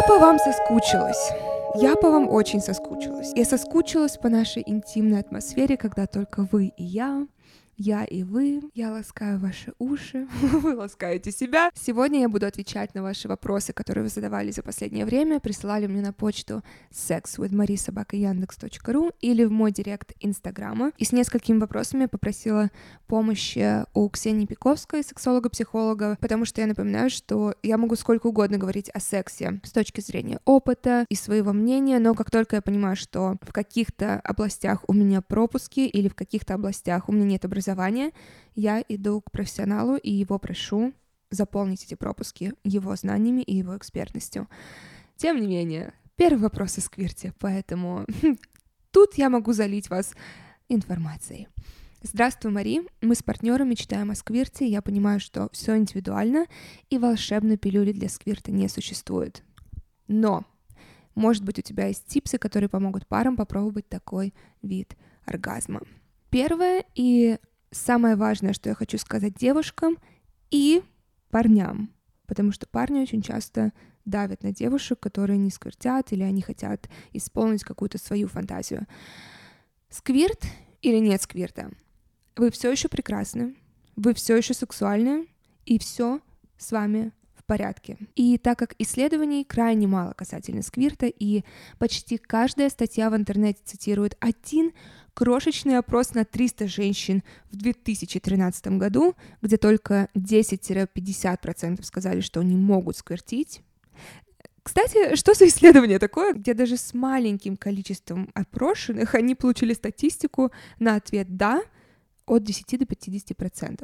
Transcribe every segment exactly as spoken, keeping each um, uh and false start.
по вам соскучилась. Я по вам очень соскучилась. Я соскучилась по нашей интимной атмосфере, когда только вы и я, я и вы. Я ласкаю ваши уши, вы ласкаете себя. Сегодня я буду отвечать на ваши вопросы, которые вы задавали за последнее время. Присылали мне на почту секс with marie собака яндекс точка ру или в мой директ Инстаграма. И с несколькими вопросами попросила помощи у Ксении Пиковской, сексолога-психолога, потому что я напоминаю, что я могу сколько угодно говорить о сексе с точки зрения опыта и своего мнения, но как только я понимаю, что в каких-то областях у меня пропуски или в каких-то областях у меня нет образования, я иду к профессионалу и его прошу заполнить эти пропуски его знаниями и его экспертностью. Тем не менее, первый вопрос о сквирте, поэтому тут я могу залить вас информацией. Здравствуй, Мари. Мы с партнером мечтаем о сквирте. Я понимаю, что все индивидуально, и волшебной пилюли для сквирта не существует. Но, может быть, у тебя есть типсы, которые помогут парам попробовать такой вид оргазма. Первое и самое важное, что я хочу сказать девушкам и парням, потому что парни очень часто давят на девушек, которые не сквиртят, или они хотят исполнить какую-то свою фантазию. Сквирт или нет сквирта? Вы все еще прекрасны, вы все еще сексуальны, и все с вами в порядке. И так как исследований крайне мало касательно сквирта, и почти каждая статья в интернете цитирует один крошечный опрос на триста женщин в две тысячи тринадцатом году, где только десять-пятьдесят процентов сказали, что они могут сквиртить. Кстати, что за исследование такое, где даже с маленьким количеством опрошенных они получили статистику на ответ «да» от десяти до пятидесяти процентов.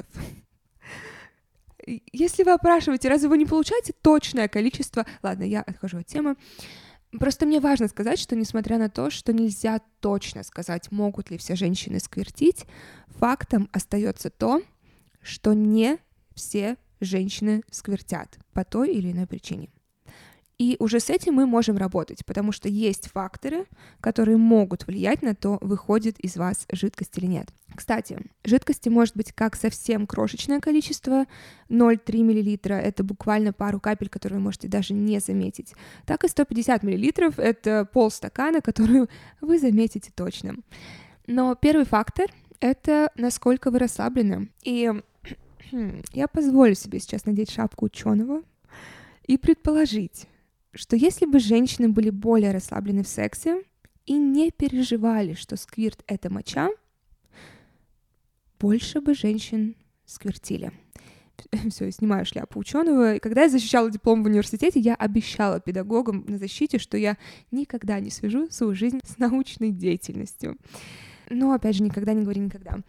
Если вы опрашиваете, разве вы не получаете точное количество... Ладно, я отхожу от темы. Просто мне важно сказать, что несмотря на то, что нельзя точно сказать, могут ли все женщины сквиртить, фактом остается то, что не все женщины сквиртят по той или иной причине. И уже с этим мы можем работать, потому что есть факторы, которые могут влиять на то, выходит из вас жидкость или нет. Кстати, жидкости может быть как совсем крошечное количество, ноль целых три десятых миллилитра, это буквально пару капель, которые вы можете даже не заметить, так и сто пятьдесят миллилитров, это полстакана, которую вы заметите точно. Но первый фактор — это насколько вы расслаблены. И я позволю себе сейчас надеть шапку ученого и предположить, что если бы женщины были более расслаблены в сексе и не переживали, что сквирт — это моча, больше бы женщин сквиртили. Все, я снимаю шляпу ученого. И когда я защищала диплом в университете, я обещала педагогам на защите, что я никогда не свяжу свою жизнь с научной деятельностью. Но, опять же, никогда не говори никогда.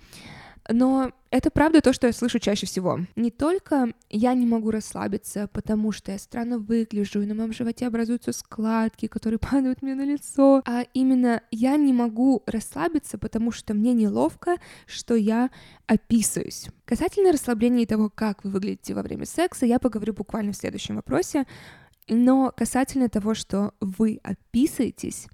Но это правда то, что я слышу чаще всего. Не только я не могу расслабиться, потому что я странно выгляжу, и на моем животе образуются складки, которые падают мне на лицо, а именно я не могу расслабиться, потому что мне неловко, что я описываюсь. Касательно расслабления и того, как вы выглядите во время секса, я поговорю буквально в следующем вопросе, но касательно того, что вы описываетесь,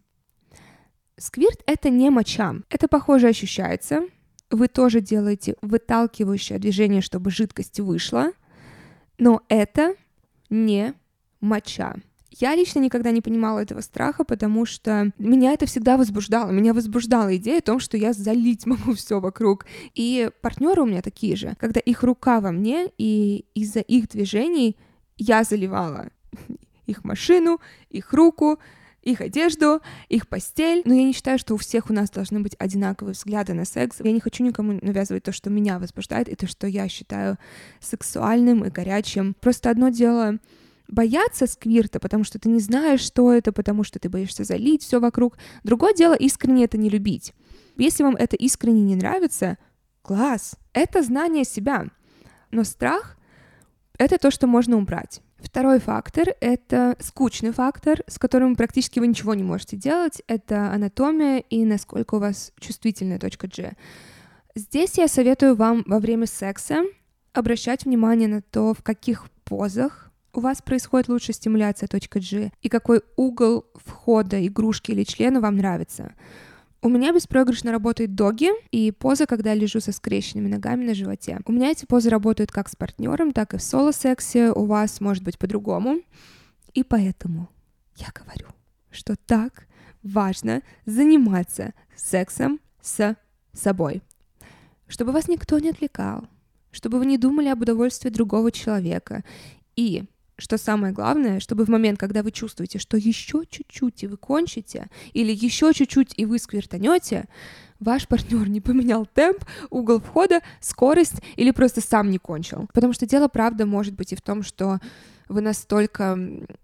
сквирт — это не моча, это похоже ощущается. Вы тоже делаете выталкивающее движение, чтобы жидкость вышла, но это не моча. Я лично никогда не понимала этого страха, потому что меня это всегда возбуждало. Меня возбуждала идея о том, что я залить могу все вокруг. И партнеры у меня такие же, когда их рука во мне, и из-за их движений я заливала их машину, их руку, их одежду, их постель. Но я не считаю, что у всех у нас должны быть одинаковые взгляды на секс. Я не хочу никому навязывать то, что меня возбуждает, и то, что я считаю сексуальным и горячим. Просто одно дело бояться сквирта, потому что ты не знаешь, что это, потому что ты боишься залить все вокруг. Другое дело искренне это не любить. Если вам это искренне не нравится, класс, это знание себя. Но страх — это то, что можно убрать. Второй фактор — это скучный фактор, с которым практически вы ничего не можете делать. Это анатомия и насколько у вас чувствительная точка G. Здесь я советую вам во время секса обращать внимание на то, в каких позах у вас происходит лучшая стимуляция точки G и какой угол входа игрушки или члена вам нравится. У меня беспроигрышно работает доги и поза, когда я лежу со скрещенными ногами на животе. У меня эти позы работают как с партнером, так и в соло-сексе. У вас может быть по-другому. И поэтому я говорю, что так важно заниматься сексом с собой, чтобы вас никто не отвлекал, чтобы вы не думали об удовольствии другого человека. И, что самое главное, чтобы в момент, когда вы чувствуете, что еще чуть-чуть и вы кончите, или еще чуть-чуть и вы сквиртанете, ваш партнер не поменял темп, угол входа, скорость или просто сам не кончил. Потому что дело, правда, может быть и в том, что вы настолько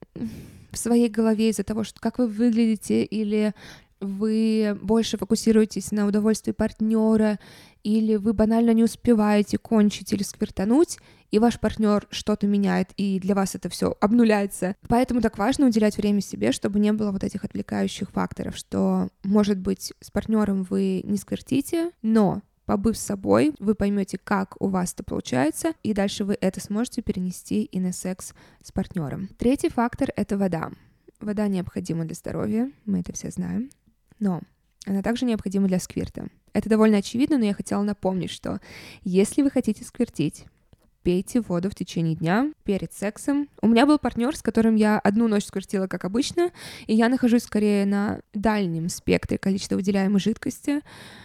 в своей голове из-за того, что как вы выглядите, или вы больше фокусируетесь на удовольствии партнера, или вы банально не успеваете кончить или сквиртануть, и ваш партнер что-то меняет, и для вас это все обнуляется. Поэтому так важно уделять время себе, чтобы не было вот этих отвлекающих факторов, что, может быть, с партнером вы не сквиртите, но побыв с собой, вы поймете, как у вас это получается, и дальше вы это сможете перенести и на секс с партнером. Третий фактор — это вода. Вода необходима для здоровья, мы это все знаем, но она также необходима для сквирта. Это довольно очевидно, но я хотела напомнить, что если вы хотите сквиртить, пейте воду в течение дня перед сексом. У меня был партнер, с которым я одну ночь сквиртила, как обычно, и я нахожусь скорее на дальнем спектре количества выделяемой жидкости,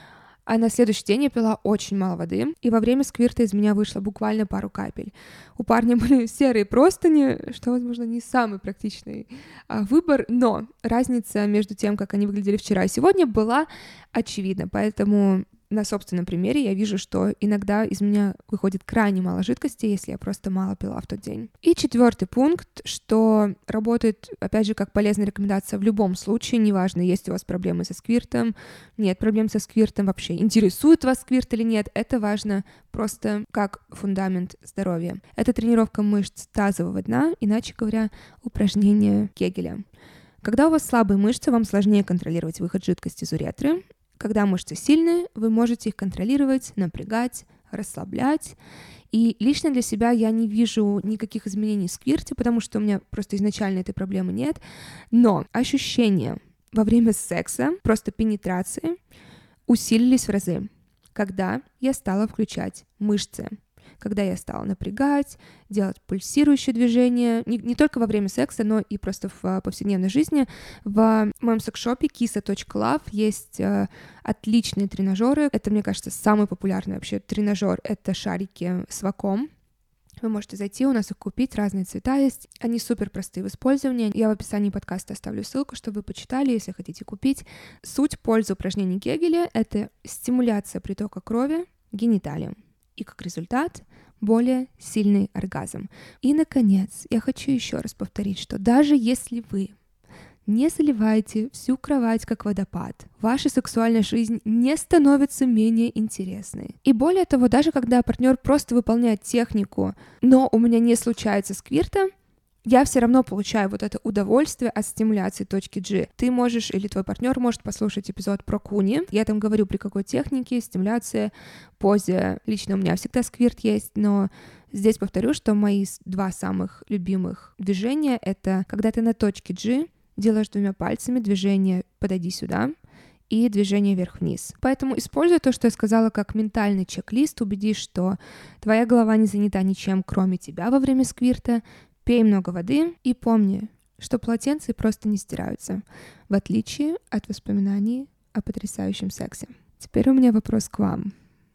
а на следующий день я пила очень мало воды, и во время сквирта из меня вышло буквально пару капель. У парня были серые простыни, что, возможно, не самый практичный а, выбор, но разница между тем, как они выглядели вчера и сегодня, была очевидна, поэтому на собственном примере я вижу, что иногда из меня выходит крайне мало жидкости, если я просто мало пила в тот день. И четвертый пункт, что работает, опять же, как полезная рекомендация в любом случае, неважно, есть у вас проблемы со сквиртом, нет проблем со сквиртом, вообще интересует вас сквирт или нет, это важно просто как фундамент здоровья. Это тренировка мышц тазового дна, иначе говоря, упражнение Кегеля. Когда у вас слабые мышцы, вам сложнее контролировать выход жидкости из уретры. Когда мышцы сильные, вы можете их контролировать, напрягать, расслаблять. И лично для себя я не вижу никаких изменений в сквирте, потому что у меня просто изначально этой проблемы нет. Но ощущения во время секса, просто пенетрации, усилились в разы, когда я стала включать мышцы, когда я стала напрягать, делать пульсирующие движения, не, не только во время секса, но и просто в повседневной жизни. В моем секс-шопе киса точка лав есть э, отличные тренажеры. Это, мне кажется, самый популярный вообще тренажер. Это шарики с ваком. Вы можете зайти, у нас их купить, разные цвета есть. Они супер простые в использовании. Я в описании подкаста оставлю ссылку, чтобы вы почитали, если хотите купить. Суть пользы упражнений Кегеля — это стимуляция притока крови к гениталиям. И как результат более сильный оргазм. И, наконец, я хочу еще раз повторить, что даже если вы не заливаете всю кровать как водопад, ваша сексуальная жизнь не становится менее интересной. И более того, даже когда партнер просто выполняет технику, но у меня не случается сквирта, я все равно получаю вот это удовольствие от стимуляции точки G. Ты можешь, или твой партнер может послушать эпизод про куни. Я там говорю, при какой технике, стимуляции, позе. Лично у меня всегда сквирт есть, но здесь повторю, что мои два самых любимых движения — это когда ты на точке G делаешь двумя пальцами движение «подойди сюда», и движение вверх-вниз. Поэтому используй то, что я сказала, как ментальный чек-лист, убедись, что твоя голова не занята ничем, кроме тебя во время сквирта. Пей много воды и помни, что полотенца просто не стираются, в отличие от воспоминаний о потрясающем сексе. Теперь у меня вопрос к вам.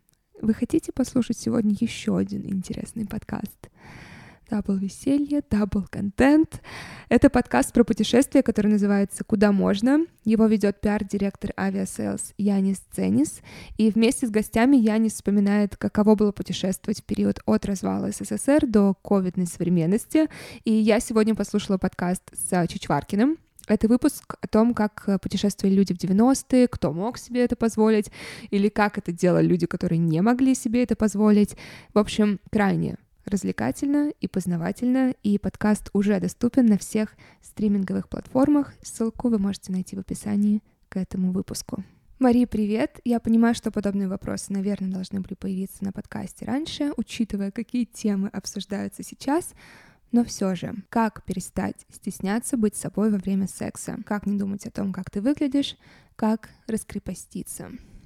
Вы хотите послушать сегодня еще один интересный подкаст? Дабл веселье, дабл контент. Это подкаст про путешествие, который называется «Куда можно?». Его ведет пиар-директор авиасейлс Янис Ценис. И вместе с гостями Янис вспоминает, каково было путешествовать в период от развала СССР до ковидной современности. И я сегодня послушала подкаст с Чичваркиным. Это выпуск о том, как путешествовали люди в девяностые, кто мог себе это позволить, или как это делали люди, которые не могли себе это позволить. В общем, крайне развлекательно и познавательно, и подкаст уже доступен на всех стриминговых платформах. Ссылку вы можете найти в описании к этому выпуску. Мария, привет! Я понимаю, что подобные вопросы, наверное, должны были появиться на подкасте раньше, учитывая, какие темы обсуждаются сейчас, но все же, как перестать стесняться быть собой во время секса? Как не думать о том, как ты выглядишь? Как раскрепоститься?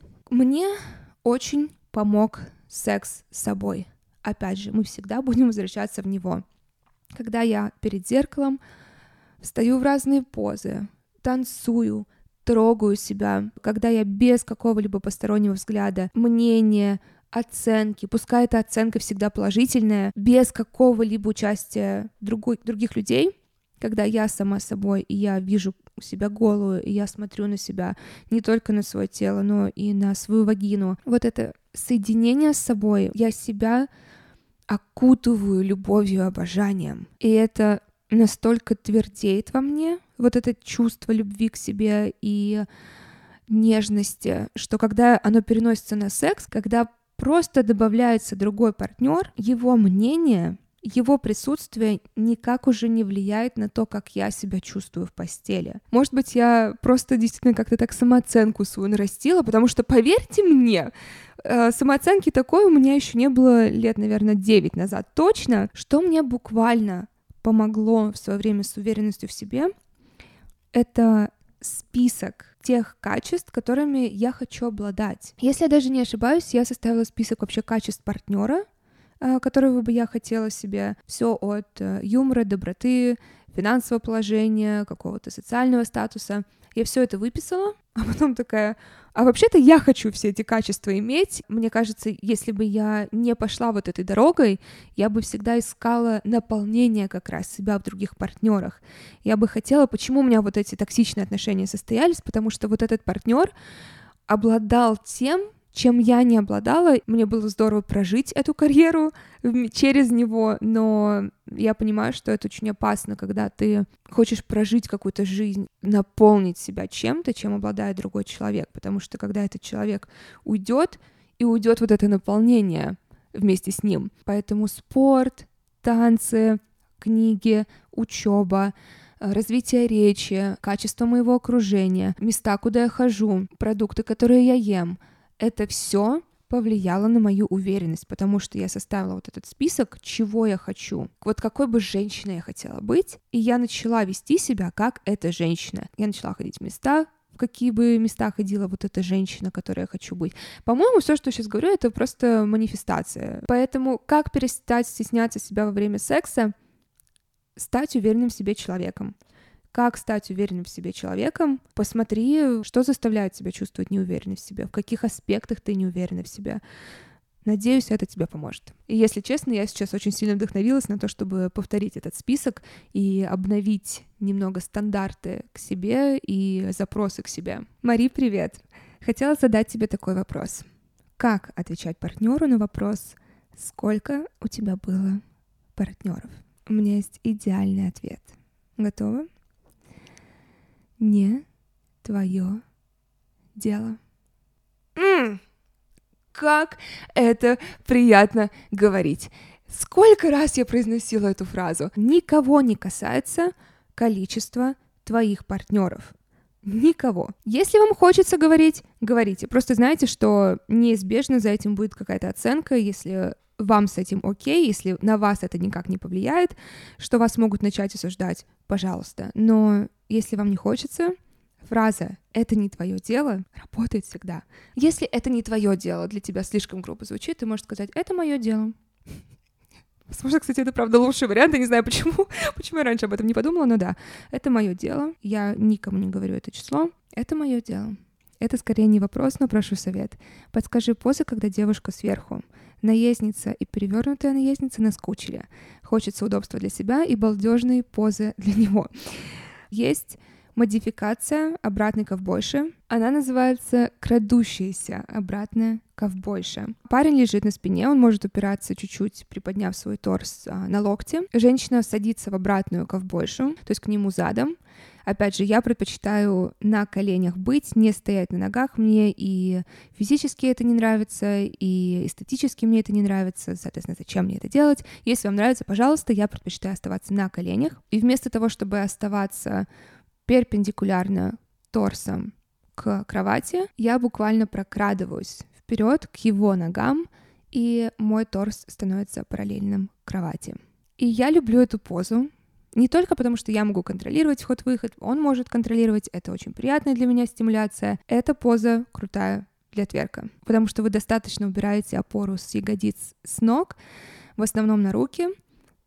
Мне очень помог секс с собой. Опять же, мы всегда будем возвращаться в него. Когда я перед зеркалом встаю в разные позы, танцую, трогаю себя, когда я без какого-либо постороннего взгляда, мнения, оценки, пускай эта оценка всегда положительная, без какого-либо участия другой, других людей, когда я сама собой, и я вижу себя голую, и я смотрю на себя, не только на свое тело, но и на свою вагину. Вот это соединение с собой, я себя окутываю любовью и обожанием. И это настолько твердеет во мне, вот это чувство любви к себе и нежности, что когда оно переносится на секс, когда просто добавляется другой партнер, его мнение, его присутствие никак уже не влияет на то, как я себя чувствую в постели. Может быть, я просто действительно как-то так самооценку свою нарастила, потому что, поверьте мне, самооценки такой у меня еще не было лет, наверное, девять назад точно, что мне буквально помогло в свое время с уверенностью в себе, это список тех качеств, которыми я хочу обладать. Если я даже не ошибаюсь, я составила список вообще качеств партнера, которого бы я хотела себе. Все от юмора, доброты, финансового положения, какого-то социального статуса. Я все это выписала, а потом такая, а вообще-то я хочу все эти качества иметь. Мне кажется, если бы я не пошла вот этой дорогой, я бы всегда искала наполнение как раз себя в других партнерах. Я бы хотела, почему у меня вот эти токсичные отношения состоялись, потому что вот этот партнер обладал тем, чем я не обладала. Мне было здорово прожить эту карьеру через него, но я понимаю, что это очень опасно, когда ты хочешь прожить какую-то жизнь, наполнить себя чем-то, чем обладает другой человек, потому что когда этот человек уйдет, и уйдет вот это наполнение вместе с ним. Поэтому спорт, танцы, книги, учеба, развитие речи, качество моего окружения, места, куда я хожу, продукты, которые я ем — это все повлияло на мою уверенность, потому что я составила вот этот список, чего я хочу, вот какой бы женщиной я хотела быть, и я начала вести себя как эта женщина. Я начала ходить в места, в какие бы места ходила вот эта женщина, которой я хочу быть. По-моему, все, что я сейчас говорю, это просто манифестация. Поэтому как перестать стесняться себя во время секса? Стать уверенным в себе человеком. Как стать уверенным в себе человеком? Посмотри, что заставляет тебя чувствовать неуверенность в себе, в каких аспектах ты не уверена в себе. Надеюсь, это тебе поможет. И если честно, я сейчас очень сильно вдохновилась на то, чтобы повторить этот список и обновить немного стандарты к себе и запросы к себе. Мари, привет! Хотела задать тебе такой вопрос. Как отвечать партнеру на вопрос, сколько у тебя было партнеров? У меня есть идеальный ответ. Готова? Не твое дело. М-м, как это приятно говорить. Сколько раз я произносила эту фразу. Никого не касается количество твоих партнеров. Никого. Если вам хочется говорить, говорите. Просто знайте, что неизбежно за этим будет какая-то оценка, если вам с этим окей, если на вас это никак не повлияет, что вас могут начать осуждать, пожалуйста. Но если вам не хочется, фраза «это не твое дело» работает всегда. Если это не твое дело, для тебя слишком грубо звучит, ты можешь сказать «это мое дело». Возможно, кстати, это правда лучший вариант, я не знаю почему, почему я раньше об этом не подумала, но да, это мое дело, я никому не говорю это число, это мое дело. Это скорее не вопрос, но прошу совет. Подскажи позы, когда девушка сверху. Наездница и перевернутая наездница наскучили. Хочется удобства для себя и балдежные позы для него. Есть модификация обратной ковбойши. Она называется крадущаяся обратная ковбойша. Парень лежит на спине, он может упираться чуть-чуть, приподняв свой торс а, на локте. Женщина садится в обратную ковбойшу, то есть к нему задом. Опять же, я предпочитаю на коленях быть, не стоять на ногах. Мне и физически это не нравится, и эстетически мне это не нравится. Соответственно, зачем мне это делать? Если вам нравится, пожалуйста, я предпочитаю оставаться на коленях. И вместо того, чтобы оставаться перпендикулярно торсом к кровати, я буквально прокрадываюсь вперед к его ногам, и мой торс становится параллельным кровати. И я люблю эту позу. Не только потому, что я могу контролировать вход-выход, он может контролировать, это очень приятная для меня стимуляция. Эта поза крутая для тверка, потому что вы достаточно убираете опору с ягодиц с ног, в основном на руки,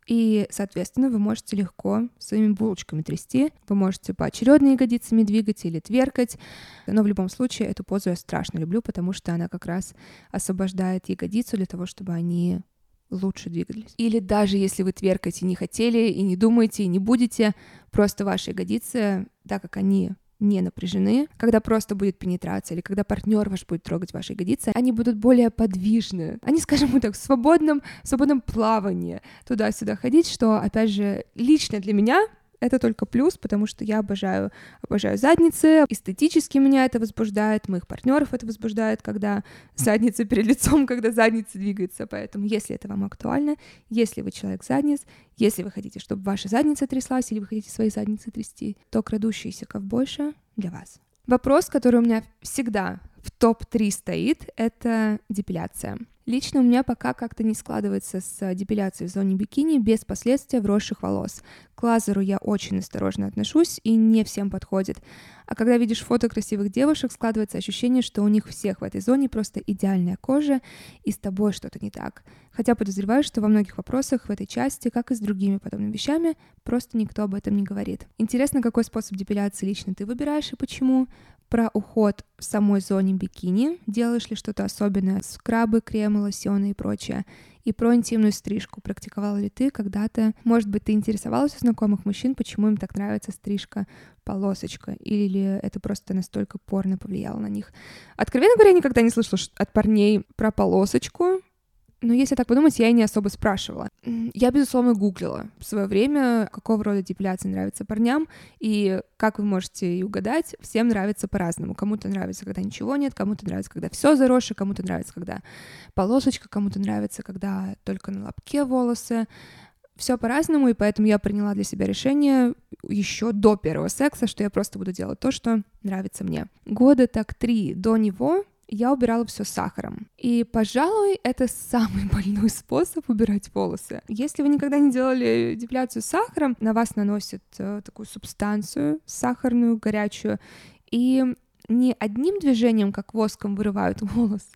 И, соответственно, вы можете легко своими булочками трясти, вы можете поочередно ягодицами двигать или тверкать, но в любом случае эту позу я страшно люблю, потому что она как раз освобождает ягодицу для того, чтобы они лучше двигались. Или даже если вы тверкать и не хотели, и не думаете, и не будете, просто ваши ягодицы, так как они не напряжены, когда просто будет пенетрация или когда партнер ваш будет трогать ваши ягодицы, они будут более подвижны. Они, скажем так, в свободном, в свободном плавании туда-сюда ходить, что, опять же, лично для меня это только плюс, потому что я обожаю, обожаю задницы, эстетически меня это возбуждает, моих партнеров это возбуждает, когда задница перед лицом, когда задница двигается, поэтому если это вам актуально, если вы человек задниц, если вы хотите, чтобы ваша задница тряслась, или вы хотите свои задницы трясти, то крадущийся ковбойша для вас. Вопрос, который у меня всегда в топ три стоит, это депиляция. Лично у меня пока как-то не складывается с депиляцией в зоне бикини без последствий вросших волос. К лазеру я очень осторожно отношусь и не всем подходит. А когда видишь фото красивых девушек, складывается ощущение, что у них всех в этой зоне просто идеальная кожа, и с тобой что-то не так. Хотя подозреваю, что во многих вопросах в этой части, как и с другими подобными вещами, просто никто об этом не говорит. Интересно, какой способ депиляции лично ты выбираешь и почему? Про уход в самой зоне бикини, делаешь ли что-то особенное, скрабы, кремы, лосьоны и прочее. И про интимную стрижку. Практиковала ли ты когда-то? Может быть, ты интересовалась у знакомых мужчин, почему им так нравится стрижка полосочка? Или это просто настолько порно повлияло на них? Откровенно говоря, я никогда не слышала от парней про полосочку. Но если так подумать, я и не особо спрашивала. Я, безусловно, гуглила в свое время, какого рода депиляция нравится парням, и, как вы можете и угадать, всем нравится по-разному. Кому-то нравится, когда ничего нет, кому-то нравится, когда все заросше, кому-то нравится, когда полосочка, кому-то нравится, когда только на лобке волосы. Все по-разному, и поэтому я приняла для себя решение еще до первого секса, что я просто буду делать то, что нравится мне. Года так три до него я убирала все сахаром. И, пожалуй, это самый больной способ убирать волосы. Если вы никогда не делали депиляцию сахаром, на вас наносят э, такую субстанцию сахарную, горячую, и не одним движением, как воском, вырывают волосы.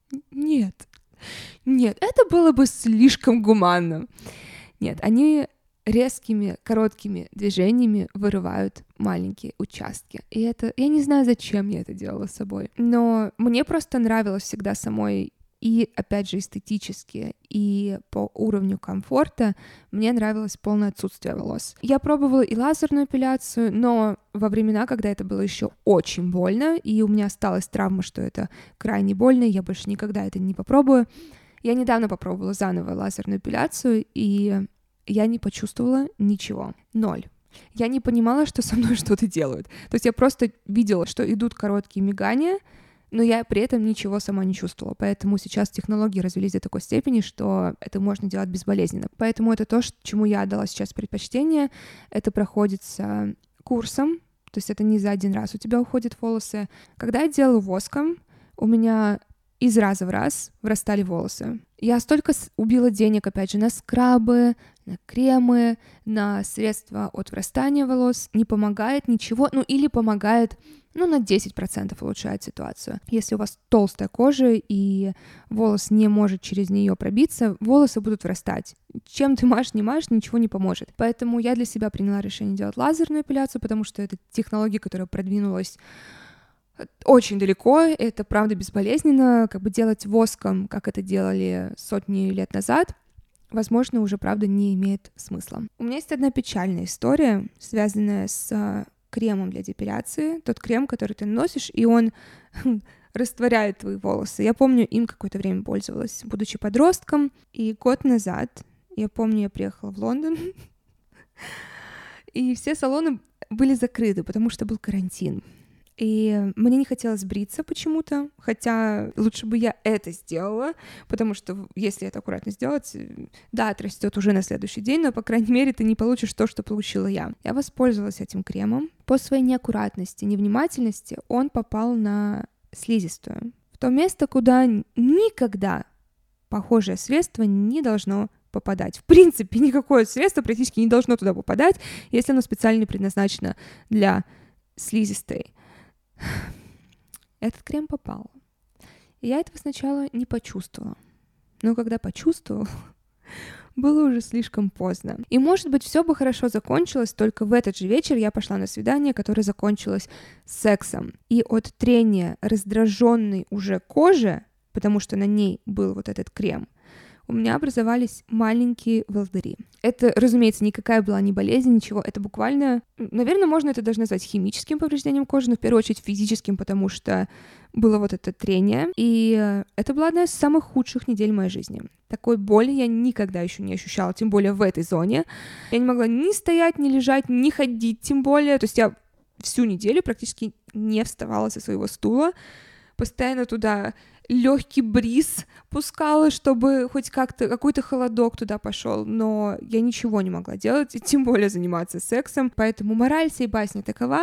Нет. Нет, это было бы слишком гуманно. Нет, они резкими, короткими движениями вырывают маленькие участки. И это... Я не знаю, зачем я это делала с собой, но мне просто нравилось всегда самой, и, опять же, эстетически, и по уровню комфорта мне нравилось полное отсутствие волос. Я пробовала и лазерную эпиляцию, но во времена, когда это было еще очень больно, и у меня осталась травма, что это крайне больно, я больше никогда это не попробую. Я недавно попробовала заново лазерную эпиляцию, и я не почувствовала ничего. Ноль. Я не понимала, что со мной что-то делают. То есть я просто видела, что идут короткие мигания, но я при этом ничего сама не чувствовала. Поэтому сейчас технологии развились до такой степени, что это можно делать безболезненно. Поэтому это то, чему я отдала сейчас предпочтение. Это проходится курсом, то есть это не за один раз у тебя уходят волосы. Когда я делала воском, у меня из раза в раз вырастали волосы. Я столько убила денег, опять же, на скрабы, на кремы, на средства от вырастания волос. Не помогает ничего, ну или помогает, ну, на десять процентов улучшает ситуацию. Если у вас толстая кожа и волос не может через нее пробиться, волосы будут вырастать. Чем ты мажь, не мажь, ничего не поможет. Поэтому я для себя приняла решение делать лазерную эпиляцию, потому что это технология, которая продвинулась очень далеко, это правда безболезненно, как бы делать воском, как это делали сотни лет назад, возможно, уже правда не имеет смысла. У меня есть одна печальная история, связанная с кремом для депиляции, тот крем, который ты наносишь, и он растворяет твои волосы. Я помню, им какое-то время пользовалась, будучи подростком, и год назад, я помню, я приехала в Лондон, и все салоны были закрыты, потому что был карантин. И мне не хотелось бриться почему-то, хотя лучше бы я это сделала, потому что если это аккуратно сделать, да, отрастет уже на следующий день, но, по крайней мере, ты не получишь то, что получила я. Я воспользовалась этим кремом. По своей неаккуратности, невнимательности он попал на слизистую, в то место, куда никогда похожее средство не должно попадать. В принципе, никакое средство практически не должно туда попадать, если оно специально предназначено для слизистой. Этот крем попал. И я этого сначала не почувствовала. Но когда почувствовала, было уже слишком поздно. И, может быть, все бы хорошо закончилось, только в этот же вечер я пошла на свидание, которое закончилось сексом. И от трения раздраженной уже кожи, потому что на ней был вот этот крем, у меня образовались маленькие волдыри. Это, разумеется, никакая была не болезнь, ничего. Это буквально, наверное, можно это даже назвать химическим повреждением кожи, но в первую очередь физическим, потому что было вот это трение. И это была одна из самых худших недель моей жизни. Такой боли я никогда еще не ощущала, тем более в этой зоне. Я не могла ни стоять, ни лежать, ни ходить, тем более. То есть я всю неделю практически не вставала со своего стула. Постоянно туда легкий бриз пускала, чтобы хоть как-то какой-то холодок туда пошел, но я ничего не могла делать, и тем более заниматься сексом, поэтому мораль сей басни такова: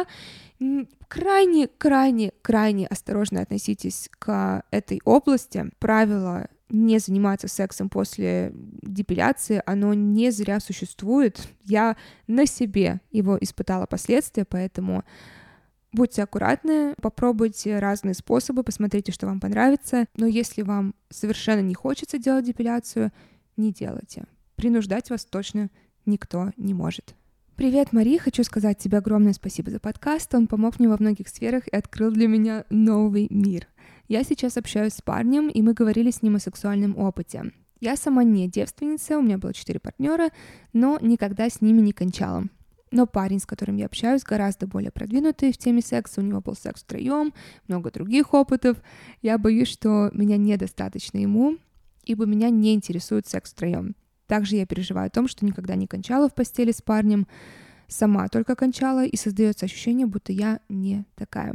крайне, крайне, крайне осторожно относитесь к этой области. Правило не заниматься сексом после депиляции, оно не зря существует. Я на себе его испытала последствия, поэтому будьте аккуратны, попробуйте разные способы, посмотрите, что вам понравится, но если вам совершенно не хочется делать депиляцию, не делайте. Принуждать вас точно никто не может. Привет, Мари, хочу сказать тебе огромное спасибо за подкаст, он помог мне во многих сферах и открыл для меня новый мир. Я сейчас общаюсь с парнем, и мы говорили с ним о сексуальном опыте. Я сама не девственница, у меня было четыре партнера, но никогда с ними не кончала. Но парень, с которым я общаюсь, гораздо более продвинутый в теме секса, у него был секс втроем, много других опытов. Я боюсь, что меня недостаточно ему, ибо меня не интересует секс втроем. Также я переживаю о том, что никогда не кончала в постели с парнем, сама только кончала, и создается ощущение, будто я не такая.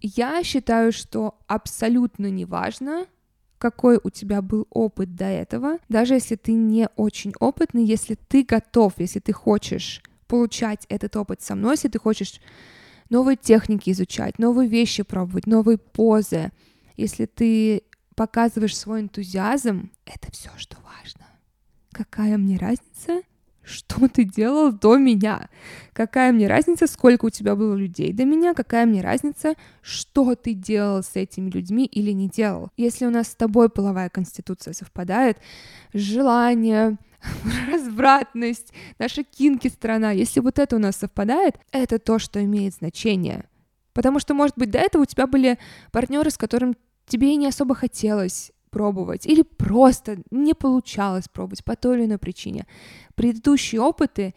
Я считаю, что абсолютно неважно, какой у тебя был опыт до этого, даже если ты не очень опытный, если ты готов, если ты хочешь получать этот опыт со мной, если ты хочешь новые техники изучать, новые вещи пробовать, новые позы, если ты показываешь свой энтузиазм, это все, что важно. Какая мне разница, что ты делал до меня? Какая мне разница, сколько у тебя было людей до меня? Какая мне разница, что ты делал с этими людьми или не делал? Если у нас с тобой половая конституция совпадает, желание, развратность, наша кинки-страна, если вот это у нас совпадает, это то, что имеет значение. Потому что, может быть, до этого у тебя были партнеры, с которым тебе и не особо хотелось пробовать, или просто не получалось пробовать по той или иной причине. Предыдущие опыты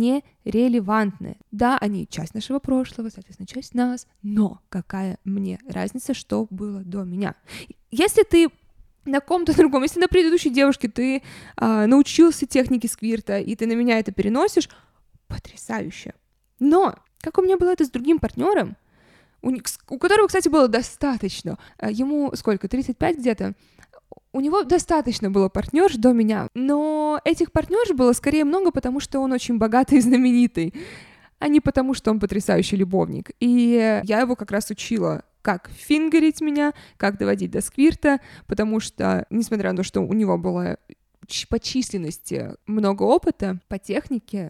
нерелевантны. Да, они часть нашего прошлого, соответственно, часть нас, но какая мне разница, что было до меня? Если ты на ком-то другом, если на предыдущей девушке ты а, научился технике сквирта, и ты на меня это переносишь, потрясающе. Но, как у меня было это с другим партнером, у, у которого, кстати, было достаточно, ему сколько, тридцать пять где-то, у него достаточно было партнерш до меня, но этих партнерш было скорее много, потому что он очень богатый и знаменитый, а не потому, что он потрясающий любовник. И я его как раз учила, как фингерить меня, как доводить до сквирта, потому что, несмотря на то, что у него было по численности много опыта, по технике,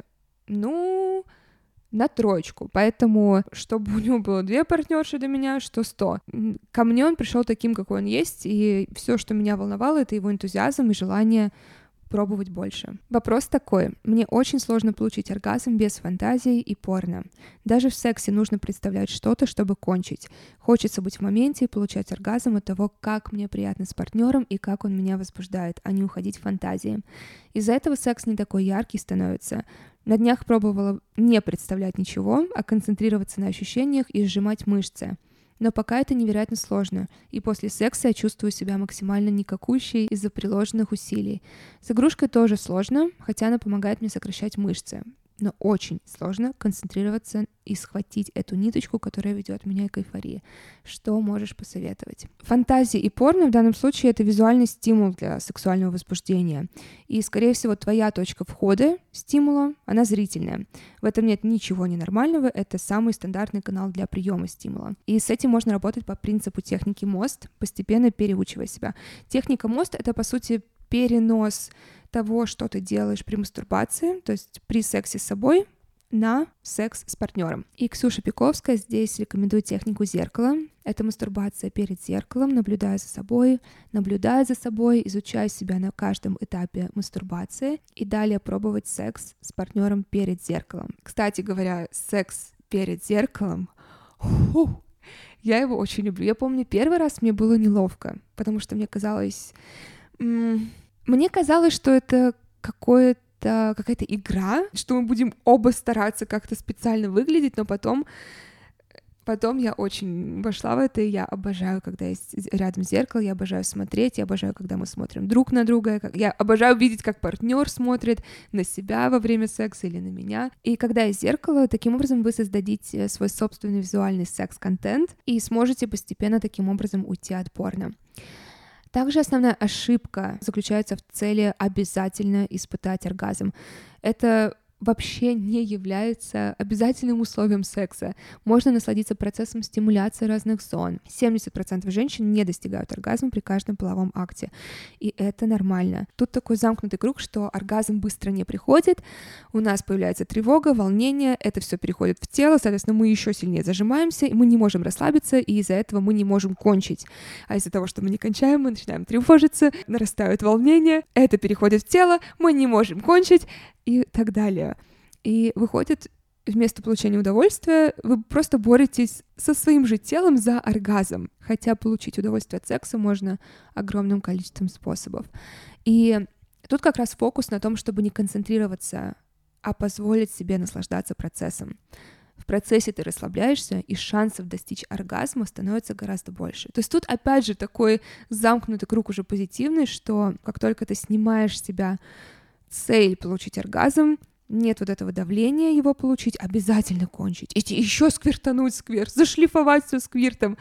ну, на троечку. Поэтому, чтобы у него было две партнерши до меня, что сто. Ко мне он пришел таким, какой он есть, и все, что меня волновало, это его энтузиазм и желание пробовать больше. Вопрос такой. Мне очень сложно получить оргазм без фантазии и порно. Даже в сексе нужно представлять что-то, чтобы кончить. Хочется быть в моменте и получать оргазм от того, как мне приятно с партнером и как он меня возбуждает, а не уходить в фантазии. Из-за этого секс не такой яркий становится. На днях пробовала не представлять ничего, а концентрироваться на ощущениях и сжимать мышцы. Но пока это невероятно сложно, и после секса я чувствую себя максимально никакущей из-за приложенных усилий. С игрушкой тоже сложно, хотя она помогает мне сокращать мышцы. Но очень сложно концентрироваться и схватить эту ниточку, которая ведет меня к эйфории. Что можешь посоветовать? Фантазии и порно в данном случае — это визуальный стимул для сексуального возбуждения. И, скорее всего, твоя точка входа стимула, она зрительная. В этом нет ничего ненормального, это самый стандартный канал для приема стимула. И с этим можно работать по принципу техники мост, постепенно переучивая себя. Техника мост — это, по сути, перенос того, что ты делаешь при мастурбации, то есть при сексе с собой, на секс с партнером. И Ксюша Пиковская здесь рекомендует технику зеркала. Это мастурбация перед зеркалом, наблюдая за собой, наблюдая за собой, изучая себя на каждом этапе мастурбации и далее пробовать секс с партнером перед зеркалом. Кстати говоря, секс перед зеркалом, фу, я его очень люблю. Я помню, первый раз мне было неловко, потому что мне казалось... М- мне казалось, что это какое-то это какая-то игра, что мы будем оба стараться как-то специально выглядеть, но потом, потом я очень вошла в это, и я обожаю, когда есть рядом зеркало, я обожаю смотреть, я обожаю, когда мы смотрим друг на друга, я обожаю видеть, как партнер смотрит на себя во время секса или на меня. И когда есть зеркало, таким образом вы создадите свой собственный визуальный секс-контент и сможете постепенно таким образом уйти от порно. Также основная ошибка заключается в цели обязательно испытать оргазм. Это вообще не является обязательным условием секса. Можно насладиться процессом стимуляции разных зон. семьдесят процентов женщин не достигают оргазма при каждом половом акте. И это нормально. Тут такой замкнутый круг, что оргазм быстро не приходит, у нас появляется тревога, волнение, это все переходит в тело, соответственно, мы еще сильнее зажимаемся, и мы не можем расслабиться, и из-за этого мы не можем кончить. А из-за того, что мы не кончаем, мы начинаем тревожиться, нарастают волнения, это переходит в тело, мы не можем кончить, и так далее. И выходит, вместо получения удовольствия вы просто боретесь со своим же телом за оргазм. Хотя получить удовольствие от секса можно огромным количеством способов. И тут как раз фокус на том, чтобы не концентрироваться, а позволить себе наслаждаться процессом. В процессе ты расслабляешься, и шансов достичь оргазма становится гораздо больше. То есть тут опять же такой замкнутый круг уже позитивный, что как только ты снимаешь с себя цель получить оргазм, нет вот этого давления его получить, обязательно кончить, и еще сквиртануть сквирт, зашлифовать все сквиртом,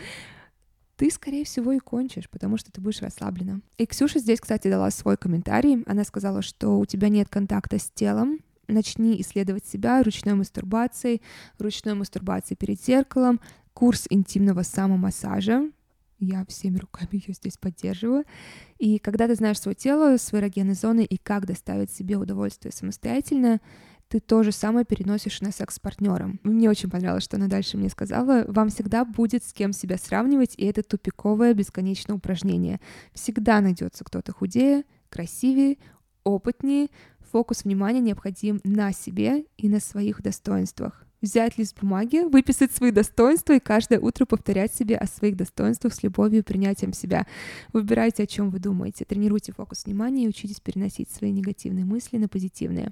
ты, скорее всего, и кончишь, потому что ты будешь расслаблена. И Ксюша здесь, кстати, дала свой комментарий. Она сказала, что у тебя нет контакта с телом, начни исследовать себя ручной мастурбацией, ручной мастурбацией перед зеркалом, курс интимного самомассажа. Я всеми руками ее здесь поддерживаю. И когда ты знаешь свое тело, свои эрогенные зоны и как доставить себе удовольствие самостоятельно, ты то же самое переносишь на секс с партнером. Мне очень понравилось, что она дальше мне сказала. Вам всегда будет с кем себя сравнивать, и это тупиковое бесконечное упражнение. Всегда найдется кто-то худее, красивее, опытнее. Фокус внимания необходим на себе и на своих достоинствах. Взять лист бумаги, выписать свои достоинства и каждое утро повторять себе о своих достоинствах с любовью и принятием себя. Выбирайте, о чем вы думаете, тренируйте фокус внимания и учитесь переносить свои негативные мысли на позитивные.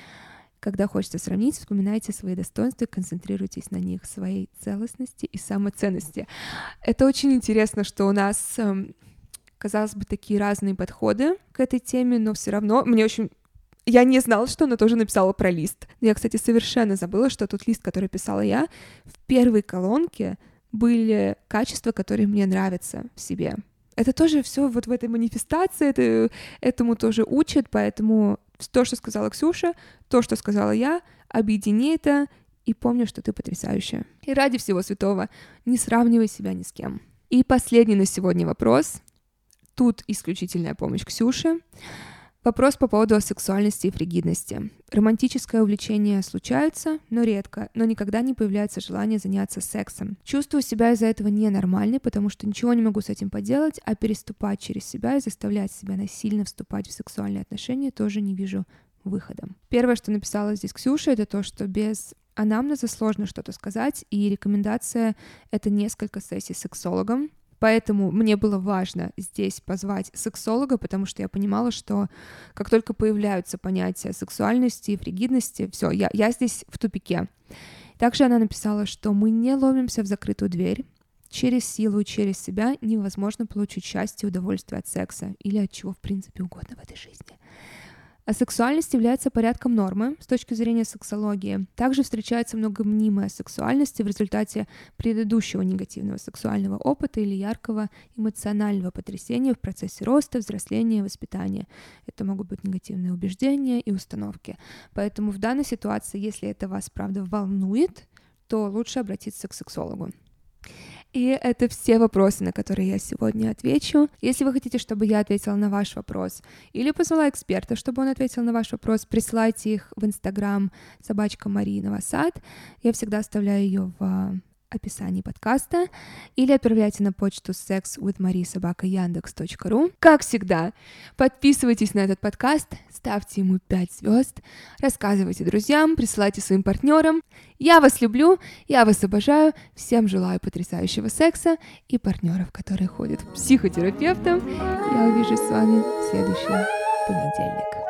Когда хочется сравнить, вспоминайте свои достоинства и концентрируйтесь на них, своей целостности и самоценности. Это очень интересно, что у нас, казалось бы, такие разные подходы к этой теме, но все равно мне очень... Я не знала, что она тоже написала про лист. Я, кстати, совершенно забыла, что тот лист, который писала я, в первой колонке были качества, которые мне нравятся в себе. Это тоже все вот в этой манифестации, это, этому тоже учат, поэтому то, что сказала Ксюша, то, что сказала я, объедини это и помни, что ты потрясающая. И ради всего святого не сравнивай себя ни с кем. И последний на сегодня вопрос. Тут исключительная помощь Ксюши. Вопрос по поводу сексуальности и фригидности. Романтическое увлечение случается, но редко, но никогда не появляется желание заняться сексом. Чувствую себя из-за этого ненормальной, потому что ничего не могу с этим поделать, а переступать через себя и заставлять себя насильно вступать в сексуальные отношения тоже не вижу выхода. Первое, что написала здесь Ксюша, это то, что без анамнеза сложно что-то сказать, и рекомендация — это несколько сессий с сексологом. Поэтому мне было важно здесь позвать сексолога, потому что я понимала, что как только появляются понятия сексуальности и фригидности, все, я, я здесь в тупике. Также она написала, что мы не ломимся в закрытую дверь. Через силу и через себя невозможно получить счастье и удовольствие от секса или от чего в принципе угодно в этой жизни. А сексуальность является порядком нормы с точки зрения сексологии. Также встречается много мнимой сексуальности в результате предыдущего негативного сексуального опыта или яркого эмоционального потрясения в процессе роста, взросления и воспитания. Это могут быть негативные убеждения и установки. Поэтому в данной ситуации, если это вас, правда, волнует, то лучше обратиться к сексологу. И это все вопросы, на которые я сегодня отвечу. Если вы хотите, чтобы я ответила на ваш вопрос, или позвала эксперта, чтобы он ответил на ваш вопрос, присылайте их в Инстаграм собачка Мария Новосад. Я всегда оставляю ее в описании подкаста, или отправляйте на почту секс with marie собака яндекс точка ру. Как всегда, подписывайтесь на этот подкаст, ставьте ему пять звезд, рассказывайте друзьям, присылайте своим партнерам. Я вас люблю, я вас обожаю, всем желаю потрясающего секса и партнеров, которые ходят к психотерапевтам. Я увижусь с вами в следующий понедельник.